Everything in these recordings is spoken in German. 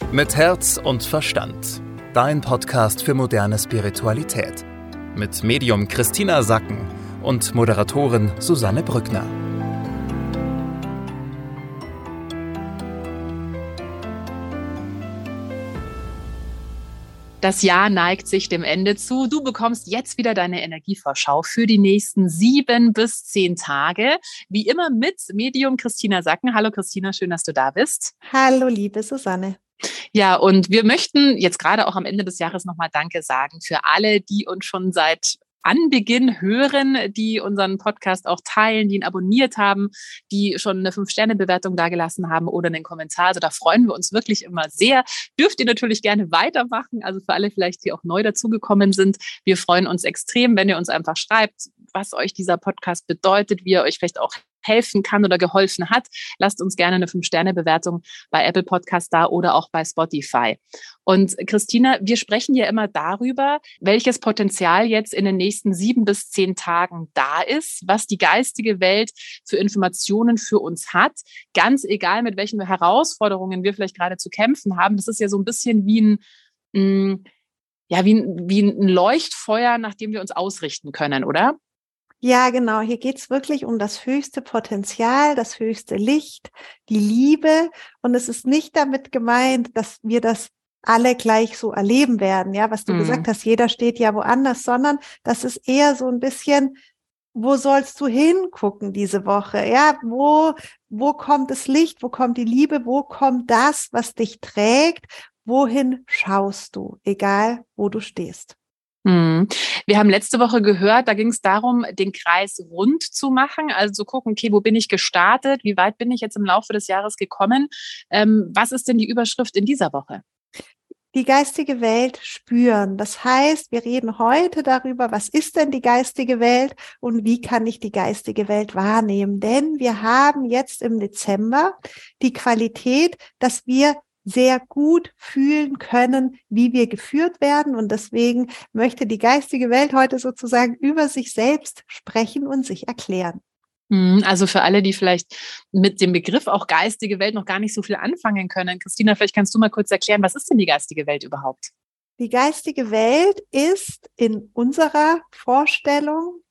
Mit Herz und Verstand. Dein Podcast für moderne Spiritualität. Mit Medium Christina Sacken und Moderatorin Susanne Brückner. Das Jahr neigt sich dem Ende zu. Du bekommst jetzt wieder deine Energievorschau für die nächsten 7 bis 10 Tage. Wie immer mit Medium Christina Sacken. Hallo Christina, schön, dass du da bist. Hallo liebe Susanne. Ja, und wir möchten jetzt gerade auch am Ende des Jahres nochmal Danke sagen für alle, die uns schon seit Anbeginn hören, die unseren Podcast auch teilen, die ihn abonniert haben, die schon eine 5-Sterne-Bewertung dagelassen haben oder einen Kommentar. Also da freuen wir uns wirklich immer sehr. Dürft ihr natürlich gerne weitermachen. Also für alle vielleicht, die auch neu dazugekommen sind. Wir freuen uns extrem, wenn ihr uns einfach schreibt, was euch dieser Podcast bedeutet, wie er euch vielleicht auch helfen kann oder geholfen hat. Lasst uns gerne eine 5-Sterne-Bewertung bei Apple Podcast da oder auch bei Spotify. Und Christina, wir sprechen ja immer darüber, welches Potenzial jetzt in den nächsten 7 bis 10 Tagen da ist, was die geistige Welt für Informationen für uns hat. Ganz egal, mit welchen Herausforderungen wir vielleicht gerade zu kämpfen haben. Das ist ja so ein bisschen wie ein Leuchtfeuer, nach dem wir uns ausrichten können, oder? Ja, genau. Hier geht's wirklich um das höchste Potenzial, das höchste Licht, die Liebe. Und es ist nicht damit gemeint, dass wir das alle gleich so erleben werden, ja, was du gesagt hast, jeder steht ja woanders, sondern das ist eher so ein bisschen, wo sollst du hingucken diese Woche? Ja, wo kommt das Licht? Wo kommt die Liebe? Wo kommt das, was dich trägt? Wohin schaust du? Egal, wo du stehst. Wir haben letzte Woche gehört, da ging es darum, den Kreis rund zu machen, also zu gucken, okay, wo bin ich gestartet, wie weit bin ich jetzt im Laufe des Jahres gekommen? Was ist denn die Überschrift in dieser Woche? Die geistige Welt spüren. Das heißt, wir reden heute darüber, was ist denn die geistige Welt und wie kann ich die geistige Welt wahrnehmen? Denn wir haben jetzt im Dezember die Qualität, dass wir sehr gut fühlen können, wie wir geführt werden. Und deswegen möchte die geistige Welt heute sozusagen über sich selbst sprechen und sich erklären. Also für alle, die vielleicht mit dem Begriff auch geistige Welt noch gar nicht so viel anfangen können. Christina, vielleicht kannst du mal kurz erklären, was ist denn die geistige Welt überhaupt? Die geistige Welt ist in unserer Vorstellung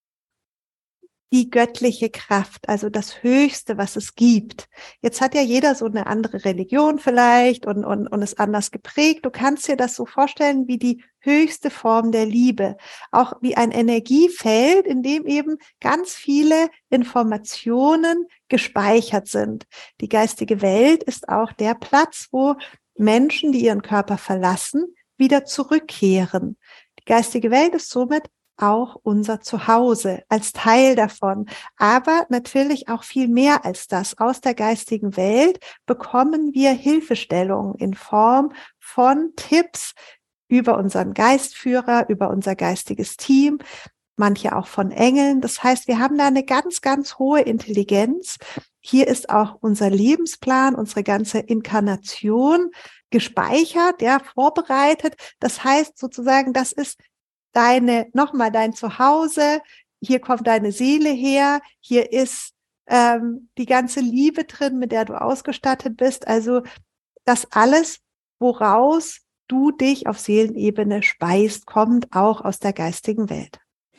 die göttliche Kraft, also das Höchste, was es gibt. Jetzt hat ja jeder so eine andere Religion vielleicht und ist anders geprägt. Du kannst dir das so vorstellen wie die höchste Form der Liebe. Auch wie ein Energiefeld, in dem eben ganz viele Informationen gespeichert sind. Die geistige Welt ist auch der Platz, wo Menschen, die ihren Körper verlassen, wieder zurückkehren. Die geistige Welt ist somit auch unser Zuhause als Teil davon. Aber natürlich auch viel mehr als das. Aus der geistigen Welt bekommen wir Hilfestellungen in Form von Tipps über unseren Geistführer, über unser geistiges Team, manche auch von Engeln. Das heißt, wir haben da eine ganz, ganz hohe Intelligenz. Hier ist auch unser Lebensplan, unsere ganze Inkarnation gespeichert, ja, vorbereitet. Das heißt sozusagen, das ist dein Zuhause, hier kommt deine Seele her, hier ist die ganze Liebe drin, mit der du ausgestattet bist. Also das alles, woraus du dich auf Seelenebene speist, kommt auch aus der geistigen Welt.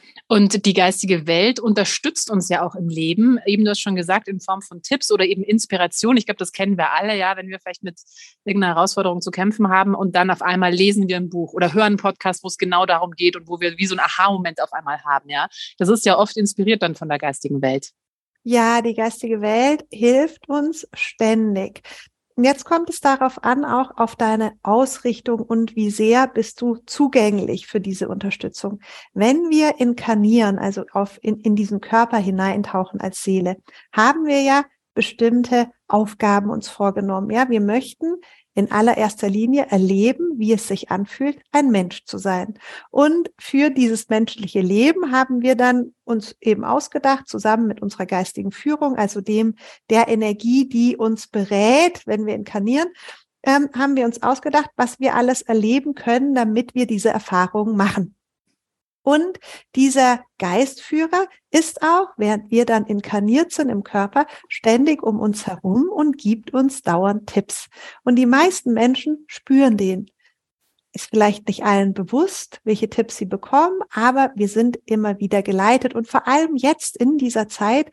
Und die geistige Welt unterstützt uns ja auch im Leben, eben du hast schon gesagt, in Form von Tipps oder eben Inspiration. Ich glaube, das kennen wir alle, ja, wenn wir vielleicht mit irgendeiner Herausforderung zu kämpfen haben und dann auf einmal lesen wir ein Buch oder hören einen Podcast, wo es genau darum geht und wo wir wie so einen Aha-Moment auf einmal haben, ja. Das ist ja oft inspiriert dann von der geistigen Welt. Ja, die geistige Welt hilft uns ständig. Und jetzt kommt es darauf an, auch auf deine Ausrichtung und wie sehr bist du zugänglich für diese Unterstützung. Wenn wir inkarnieren, also in diesen Körper hineintauchen als Seele, haben wir ja bestimmte Aufgaben uns vorgenommen. Ja, wir möchten in allererster Linie erleben, wie es sich anfühlt, ein Mensch zu sein. Und für dieses menschliche Leben haben wir dann uns eben ausgedacht, zusammen mit unserer geistigen Führung, also der Energie, die uns berät, wenn wir inkarnieren, haben wir uns ausgedacht, was wir alles erleben können, damit wir diese Erfahrungen machen. Und dieser Geistführer ist auch, während wir dann inkarniert sind im Körper, ständig um uns herum und gibt uns dauernd Tipps. Und die meisten Menschen spüren den. Ist vielleicht nicht allen bewusst, welche Tipps sie bekommen, aber wir sind immer wieder geleitet. Und vor allem jetzt in dieser Zeit,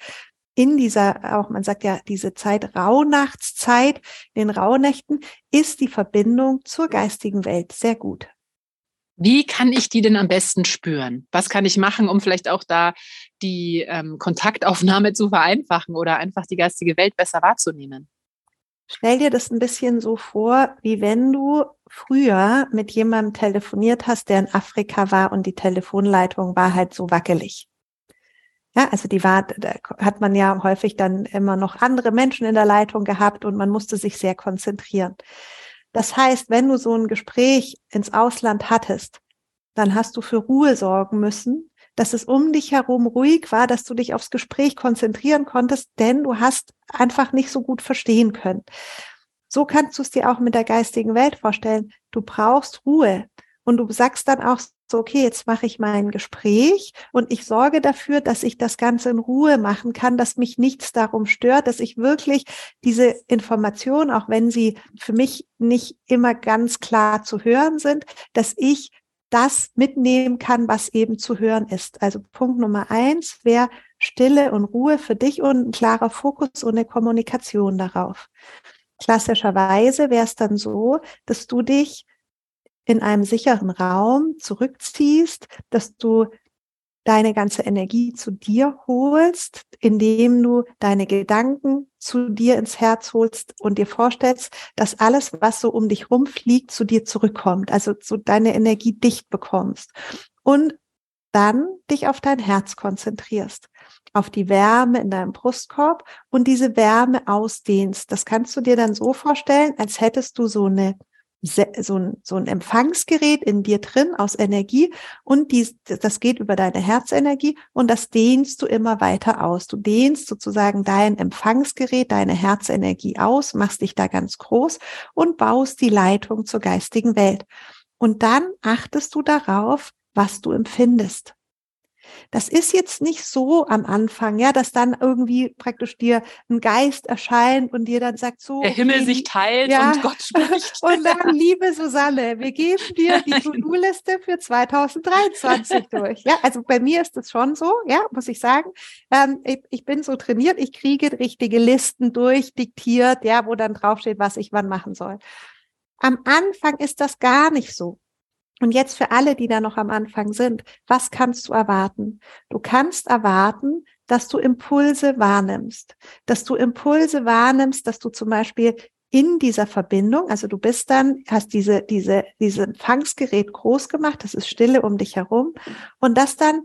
auch man sagt ja, diese Zeit, Rauhnachtszeit, in den Rauhnächten, ist die Verbindung zur geistigen Welt sehr gut. Wie kann ich die denn am besten spüren? Was kann ich machen, um vielleicht auch da die Kontaktaufnahme zu vereinfachen oder einfach die geistige Welt besser wahrzunehmen? Stell dir das ein bisschen so vor, wie wenn du früher mit jemandem telefoniert hast, der in Afrika war und die Telefonleitung war halt so wackelig. Ja, also da hat man ja häufig dann immer noch andere Menschen in der Leitung gehabt und man musste sich sehr konzentrieren. Das heißt, wenn du so ein Gespräch ins Ausland hattest, dann hast du für Ruhe sorgen müssen, dass es um dich herum ruhig war, dass du dich aufs Gespräch konzentrieren konntest, denn du hast einfach nicht so gut verstehen können. So kannst du es dir auch mit der geistigen Welt vorstellen. Du brauchst Ruhe und du sagst dann auch so, okay, jetzt mache ich mein Gespräch und ich sorge dafür, dass ich das Ganze in Ruhe machen kann, dass mich nichts darum stört, dass ich wirklich diese Information, auch wenn sie für mich nicht immer ganz klar zu hören sind, dass ich das mitnehmen kann, was eben zu hören ist. Also Punkt Nummer 1 wäre Stille und Ruhe für dich und ein klarer Fokus und eine Kommunikation darauf. Klassischerweise wäre es dann so, dass du dich in einem sicheren Raum zurückziehst, dass du deine ganze Energie zu dir holst, indem du deine Gedanken zu dir ins Herz holst und dir vorstellst, dass alles, was so um dich rumfliegt, zu dir zurückkommt, also so deine Energie dicht bekommst und dann dich auf dein Herz konzentrierst, auf die Wärme in deinem Brustkorb und diese Wärme ausdehnst. Das kannst du dir dann so vorstellen, als hättest du so ein Empfangsgerät in dir drin aus Energie und das geht über deine Herzenergie und das dehnst du immer weiter aus. Du dehnst sozusagen dein Empfangsgerät, deine Herzenergie aus, machst dich da ganz groß und baust die Leitung zur geistigen Welt. Und dann achtest du darauf, was du empfindest. Das ist jetzt nicht so am Anfang, ja, dass dann irgendwie praktisch dir ein Geist erscheint und dir dann sagt so, der Himmel sich teilt ja, und Gott spricht. Und dann, liebe Susanne, wir geben dir die To-Do-Liste für 2023 durch. Ja, also bei mir ist es schon so, ja, muss ich sagen. Ich bin so trainiert, ich kriege richtige Listen durchdiktiert, ja, wo dann draufsteht, was ich wann machen soll. Am Anfang ist das gar nicht so. Und jetzt für alle, die da noch am Anfang sind, was kannst du erwarten? Du kannst erwarten, dass du Impulse wahrnimmst. Dass du zum Beispiel in dieser Verbindung, also du hast diese Empfangsgerät groß gemacht, das ist Stille um dich herum, und dass dann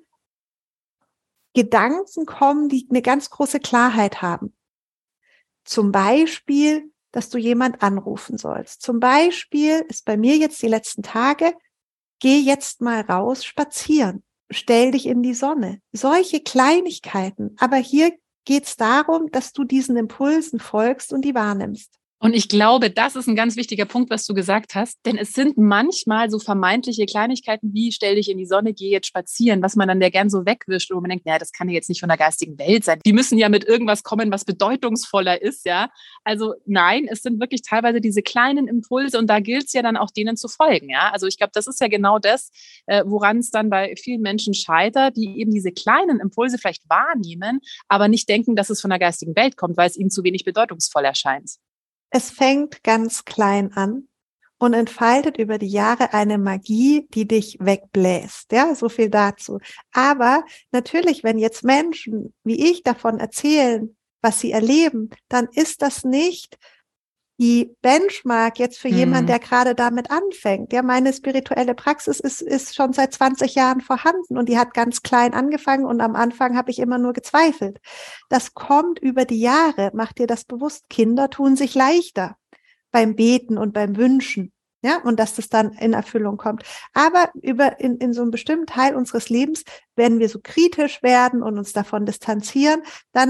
Gedanken kommen, die eine ganz große Klarheit haben. Zum Beispiel, dass du jemand anrufen sollst. Zum Beispiel ist bei mir jetzt die letzten Tage, geh jetzt mal raus spazieren, stell dich in die Sonne. Solche Kleinigkeiten. Aber hier geht's darum, dass du diesen Impulsen folgst und die wahrnimmst. Und ich glaube, das ist ein ganz wichtiger Punkt, was du gesagt hast, denn es sind manchmal so vermeintliche Kleinigkeiten wie stell dich in die Sonne, geh jetzt spazieren, was man dann ja gern so wegwischt und man denkt, ja, das kann ja jetzt nicht von der geistigen Welt sein. Die müssen ja mit irgendwas kommen, was bedeutungsvoller ist, ja. Also nein, es sind wirklich teilweise diese kleinen Impulse und da gilt es ja dann auch denen zu folgen, ja. Also ich glaube, das ist ja genau das, woran es dann bei vielen Menschen scheitert, die eben diese kleinen Impulse vielleicht wahrnehmen, aber nicht denken, dass es von der geistigen Welt kommt, weil es ihnen zu wenig bedeutungsvoll erscheint. Es fängt ganz klein an und entfaltet über die Jahre eine Magie, die dich wegbläst. Ja, so viel dazu. Aber natürlich, wenn jetzt Menschen wie ich davon erzählen, was sie erleben, dann ist das nicht die Benchmark jetzt für jemanden, der gerade damit anfängt. Ja, meine spirituelle Praxis ist schon seit 20 Jahren vorhanden und die hat ganz klein angefangen und am Anfang habe ich immer nur gezweifelt. Das kommt über die Jahre. Mach dir das bewusst. Kinder tun sich leichter beim Beten und beim Wünschen. Ja, und dass das dann in Erfüllung kommt. Aber in so einem bestimmten Teil unseres Lebens, wenn wir so kritisch werden und uns davon distanzieren, dann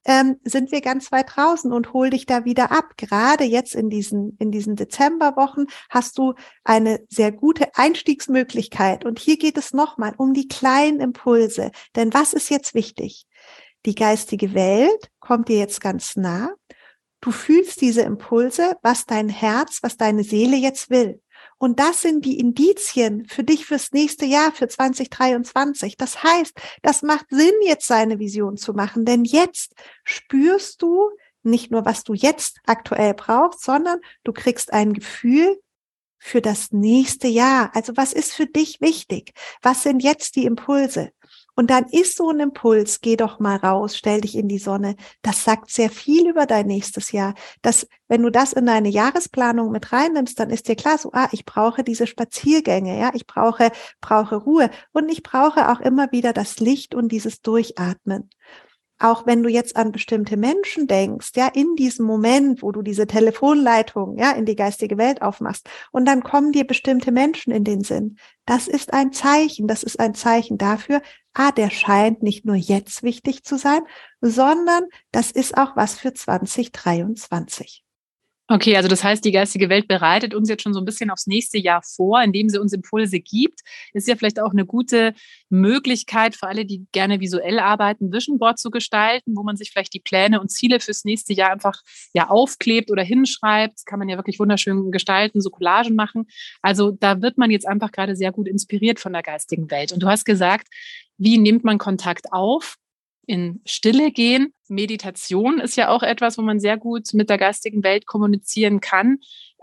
sind wir ganz weit draußen und hol dich da wieder ab. Gerade jetzt in diesen Dezemberwochen hast du eine sehr gute Einstiegsmöglichkeit. Und hier geht es nochmal um die kleinen Impulse. Denn was ist jetzt wichtig? Die geistige Welt kommt dir jetzt ganz nah. Du fühlst diese Impulse, was dein Herz, was deine Seele jetzt will. Und das sind die Indizien für dich fürs nächste Jahr, für 2023. Das heißt, das macht Sinn, jetzt seine Vision zu machen. Denn jetzt spürst du nicht nur, was du jetzt aktuell brauchst, sondern du kriegst ein Gefühl für das nächste Jahr. Also was ist für dich wichtig? Was sind jetzt die Impulse? Und dann ist so ein Impuls, geh doch mal raus, stell dich in die Sonne. Das sagt sehr viel über dein nächstes Jahr. Wenn du das in deine Jahresplanung mit reinnimmst, dann ist dir klar, so, ich brauche diese Spaziergänge, ja, ich brauche Ruhe und ich brauche auch immer wieder das Licht und dieses Durchatmen. Auch wenn du jetzt an bestimmte Menschen denkst, ja, in diesem Moment, wo du diese Telefonleitung, ja, in die geistige Welt aufmachst und dann kommen dir bestimmte Menschen in den Sinn. Das ist ein Zeichen dafür, der scheint nicht nur jetzt wichtig zu sein, sondern das ist auch was für 2023. Okay, also das heißt, die geistige Welt bereitet uns jetzt schon so ein bisschen aufs nächste Jahr vor, indem sie uns Impulse gibt. Ist ja vielleicht auch eine gute Möglichkeit für alle, die gerne visuell arbeiten, Vision Board zu gestalten, wo man sich vielleicht die Pläne und Ziele fürs nächste Jahr einfach aufklebt oder hinschreibt. Das kann man ja wirklich wunderschön gestalten, so Collagen machen. Also da wird man jetzt einfach gerade sehr gut inspiriert von der geistigen Welt. Und du hast gesagt, wie nimmt man Kontakt auf? In Stille gehen. Meditation ist ja auch etwas, wo man sehr gut mit der geistigen Welt kommunizieren kann.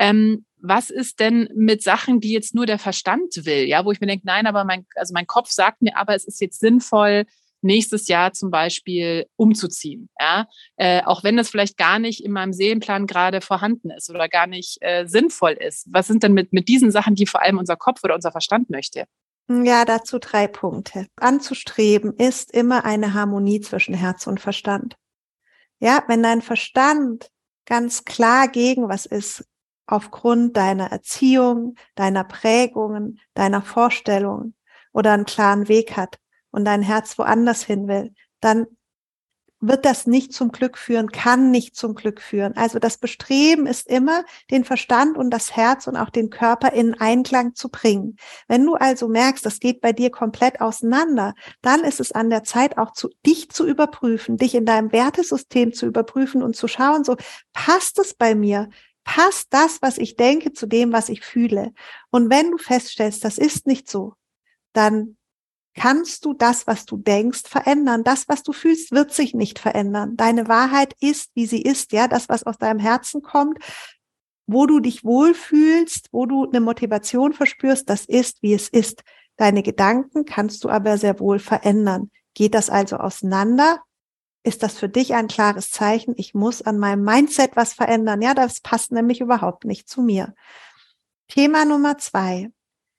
Was ist denn mit Sachen, die jetzt nur der Verstand will? Ja, wo ich mir denke, nein, aber mein Kopf sagt mir, aber es ist jetzt sinnvoll, nächstes Jahr zum Beispiel umzuziehen. Ja, auch wenn das vielleicht gar nicht in meinem Seelenplan gerade vorhanden ist oder gar nicht sinnvoll ist. Was sind denn mit diesen Sachen, die vor allem unser Kopf oder unser Verstand möchte? Ja, dazu 3 Punkte. Anzustreben ist immer eine Harmonie zwischen Herz und Verstand. Ja, wenn dein Verstand ganz klar gegen was ist, aufgrund deiner Erziehung, deiner Prägungen, deiner Vorstellungen oder einen klaren Weg hat und dein Herz woanders hin will, dann wird das nicht zum Glück führen, kann nicht zum Glück führen. Also das Bestreben ist immer, den Verstand und das Herz und auch den Körper in Einklang zu bringen. Wenn du also merkst, das geht bei dir komplett auseinander, dann ist es an der Zeit auch dich zu überprüfen, dich in deinem Wertesystem zu überprüfen und zu schauen, so passt es bei mir? Passt das, was ich denke, zu dem, was ich fühle? Und wenn du feststellst, das ist nicht so, dann kannst du das, was du denkst, verändern. Das, was du fühlst, wird sich nicht verändern. Deine Wahrheit ist, wie sie ist, ja, das, was aus deinem Herzen kommt, wo du dich wohlfühlst, wo du eine Motivation verspürst, das ist, wie es ist. Deine Gedanken kannst du aber sehr wohl verändern. Geht das also auseinander? Ist das für dich ein klares Zeichen? Ich muss an meinem Mindset was verändern. Ja, das passt nämlich überhaupt nicht zu mir. Thema Nummer 2.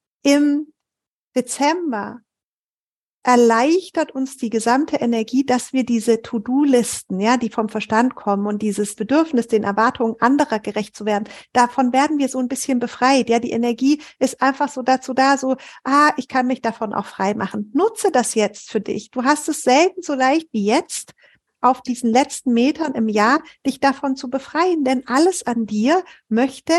Im Dezember erleichtert uns die gesamte Energie, dass wir diese To-Do-Listen, ja, die vom Verstand kommen und dieses Bedürfnis, den Erwartungen anderer gerecht zu werden, davon werden wir so ein bisschen befreit. Ja, die Energie ist einfach so dazu da, so, ich kann mich davon auch frei machen. Nutze das jetzt für dich. Du hast es selten so leicht wie jetzt, auf diesen letzten Metern im Jahr, dich davon zu befreien, denn alles an dir möchte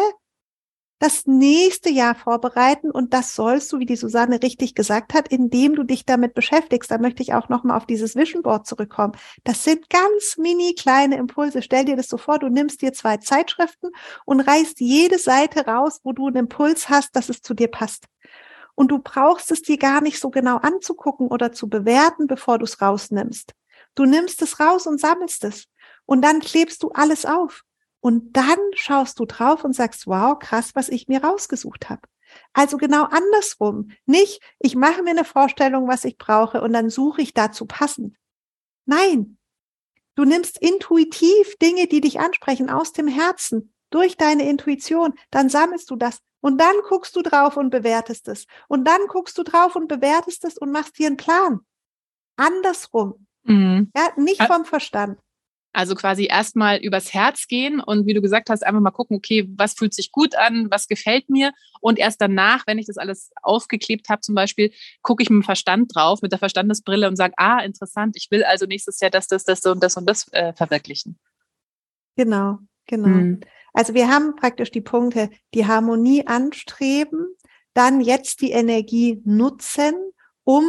das nächste Jahr vorbereiten und das sollst du, wie die Susanne richtig gesagt hat, indem du dich damit beschäftigst. Da möchte ich auch nochmal auf dieses Vision Board zurückkommen. Das sind ganz mini kleine Impulse. Stell dir das so vor, du nimmst dir 2 Zeitschriften und reißt jede Seite raus, wo du einen Impuls hast, dass es zu dir passt. Und du brauchst es dir gar nicht so genau anzugucken oder zu bewerten, bevor du es rausnimmst. Du nimmst es raus und sammelst es und dann klebst du alles auf. Und dann schaust du drauf und sagst, wow, krass, was ich mir rausgesucht habe. Also genau andersrum. Nicht, ich mache mir eine Vorstellung, was ich brauche und dann suche ich dazu passend. Nein, du nimmst intuitiv Dinge, die dich ansprechen, aus dem Herzen, durch deine Intuition. Dann sammelst du das und dann guckst du drauf und bewertest es. Und dann guckst du drauf und bewertest es und machst dir einen Plan. Andersrum. Ja, nicht vom Verstand. Also quasi erstmal übers Herz gehen und wie du gesagt hast, einfach mal gucken, okay, was fühlt sich gut an, was gefällt mir und erst danach, wenn ich das alles aufgeklebt habe zum Beispiel, gucke ich mit dem Verstand drauf, mit der Verstandesbrille und sage, interessant, ich will also nächstes Jahr das und das verwirklichen. Genau. Also wir haben praktisch die Punkte, die Harmonie anstreben, dann jetzt die Energie nutzen, um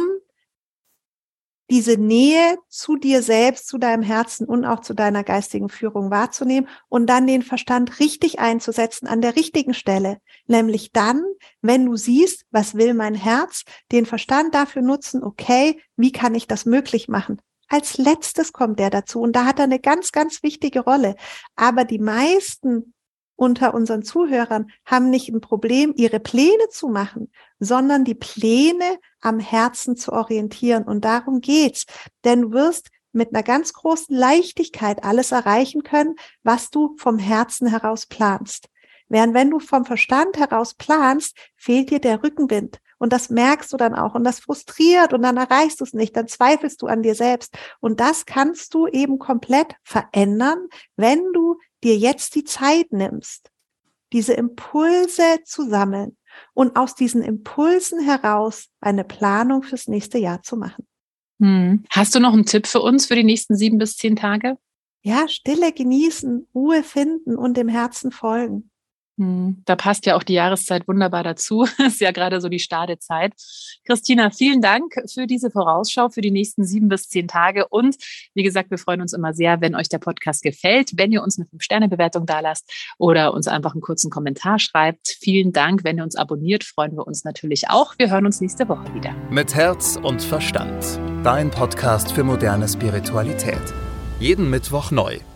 diese Nähe zu dir selbst, zu deinem Herzen und auch zu deiner geistigen Führung wahrzunehmen und dann den Verstand richtig einzusetzen an der richtigen Stelle. Nämlich dann, wenn du siehst, was will mein Herz, den Verstand dafür nutzen, okay, wie kann ich das möglich machen? Als letztes kommt der dazu und da hat er eine ganz, ganz wichtige Rolle. Aber die meisten unter unseren Zuhörern haben nicht ein Problem, ihre Pläne zu machen, sondern die Pläne am Herzen zu orientieren. Und darum geht's. Denn du wirst mit einer ganz großen Leichtigkeit alles erreichen können, was du vom Herzen heraus planst. Während wenn du vom Verstand heraus planst, fehlt dir der Rückenwind. Und das merkst du dann auch. Und das frustriert und dann erreichst du es nicht. Dann zweifelst du an dir selbst. Und das kannst du eben komplett verändern, wenn du dir jetzt die Zeit nimmst, diese Impulse zu sammeln und aus diesen Impulsen heraus eine Planung fürs nächste Jahr zu machen. Hast du noch einen Tipp für uns für die nächsten 7 bis 10 Tage? Ja, Stille genießen, Ruhe finden und dem Herzen folgen. Da passt ja auch die Jahreszeit wunderbar dazu. Ist ja gerade so die Startezeit. Christina, vielen Dank für diese Vorausschau für die nächsten 7 bis 10 Tage. Und wie gesagt, wir freuen uns immer sehr, wenn euch der Podcast gefällt, wenn ihr uns eine 5-Sterne-Bewertung dalasst oder uns einfach einen kurzen Kommentar schreibt. Vielen Dank. Wenn ihr uns abonniert, freuen wir uns natürlich auch. Wir hören uns nächste Woche wieder. Mit Herz und Verstand. Dein Podcast für moderne Spiritualität. Jeden Mittwoch neu.